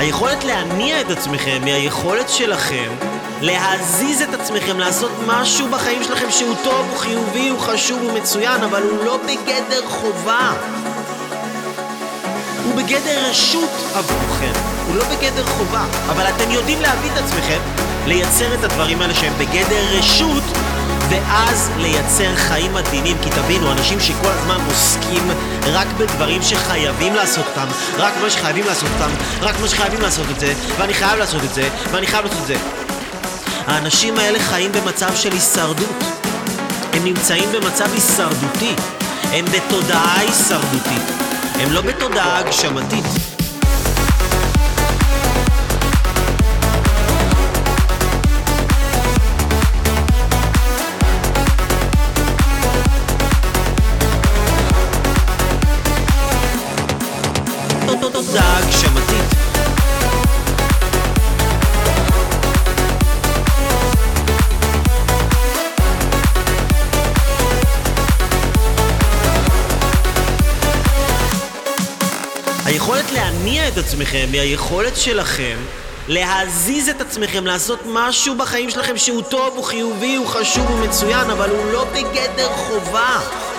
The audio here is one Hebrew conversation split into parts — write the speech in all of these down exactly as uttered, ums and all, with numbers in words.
היכולת להניע את עצמכם היא היכולת שלכם להזיז את עצמכם, לעשות משהו בחיים שלכם שהוא טוב, הוא חיובי, הוא חשוב, הוא מצוין, אבל הוא לא בגדר חובה. הוא בגדר רשות עבורכם, הוא לא בגדר חובה. אבל אתם יודעים להביא את עצמכם לייצר את הדברים האלה שהם בגדר רשות, ואז לייצר חיים מדהימים. כי תבינו, אנשים שכל הזמן עוסקים רק בדברים שחייבים לעשות אותם, רק מה שחייבים לעשות אותם, רק מה שחייבים לעשות את זה, ואני חייב לעשות את זה, ואני חייב לעשות את זה. האנשים האלה חיים במצב של הישרדות. הם נמצאים במצב הישרדותי. הם בתודעה הישרדותית. הם לא בתודעה הגשמתית. תודעה הגשמתית. היכולת להניע את עצמכם היא היכולת שלכם להזיז את עצמכם, לעשות משהו בחיים שלכם שהוא טוב, הוא חיובי, הוא חשוב, הוא מצוין, אבל הוא לא בגדר חובה.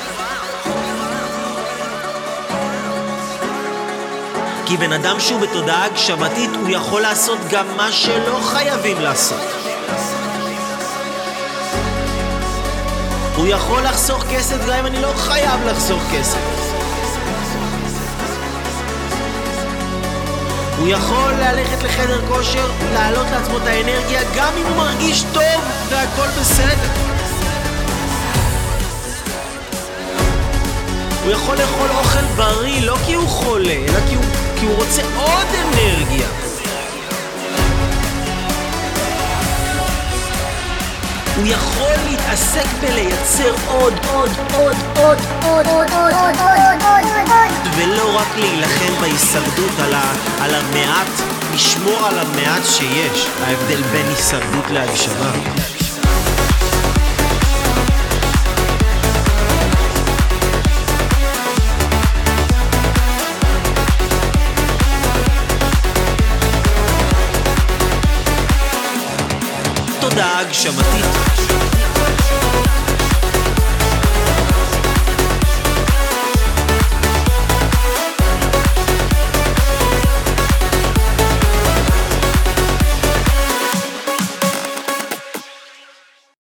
כי בן אדם שהוא בתודעה הגשמתית הוא יכול לעשות גם מה שלא חייבים לעשות. הוא יכול לחסוך כסף גם אם אני לא חייב לחסוך כסף. הוא יכול ללכת לחדר כושר, להעלות לעצמו את האנרגיה גם אם הוא מרגיש טוב והכל בסדר. הוא יכול לאכול אוכל בריא לא כי הוא חולה, אלא כי הוא, כי הוא רוצה עוד אנרגיה. הוא יכול להתעסק בלייצר עוד, עוד, עוד, עוד, עוד, עוד, עוד, עוד, עוד, עוד, ולא רק להילחם בהישרדות על, ה, על המעט, לשמור על המעט שיש. ההבדל בין הישרדות להגשמה.